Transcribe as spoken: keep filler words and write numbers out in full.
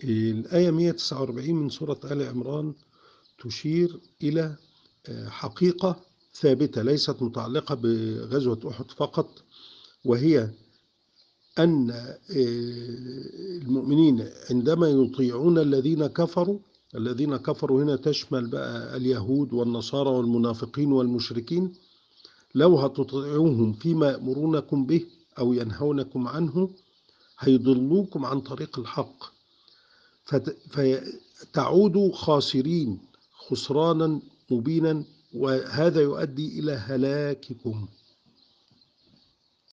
الآية مئة وتسعة وأربعين من سورة آل عمران تشير إلى حقيقة ثابتة ليست متعلقة بغزوة أحد فقط، وهي أن المؤمنين عندما يطيعون الذين كفروا، الذين كفروا هنا تشمل بقى اليهود والنصارى والمنافقين والمشركين، لو هتطيعوهم فيما يأمرونكم به أو ينهونكم عنه هيضلوكم عن طريق الحق، فتعودوا خاسرين خسرانا مبينا، وهذا يؤدي إلى هلاككم.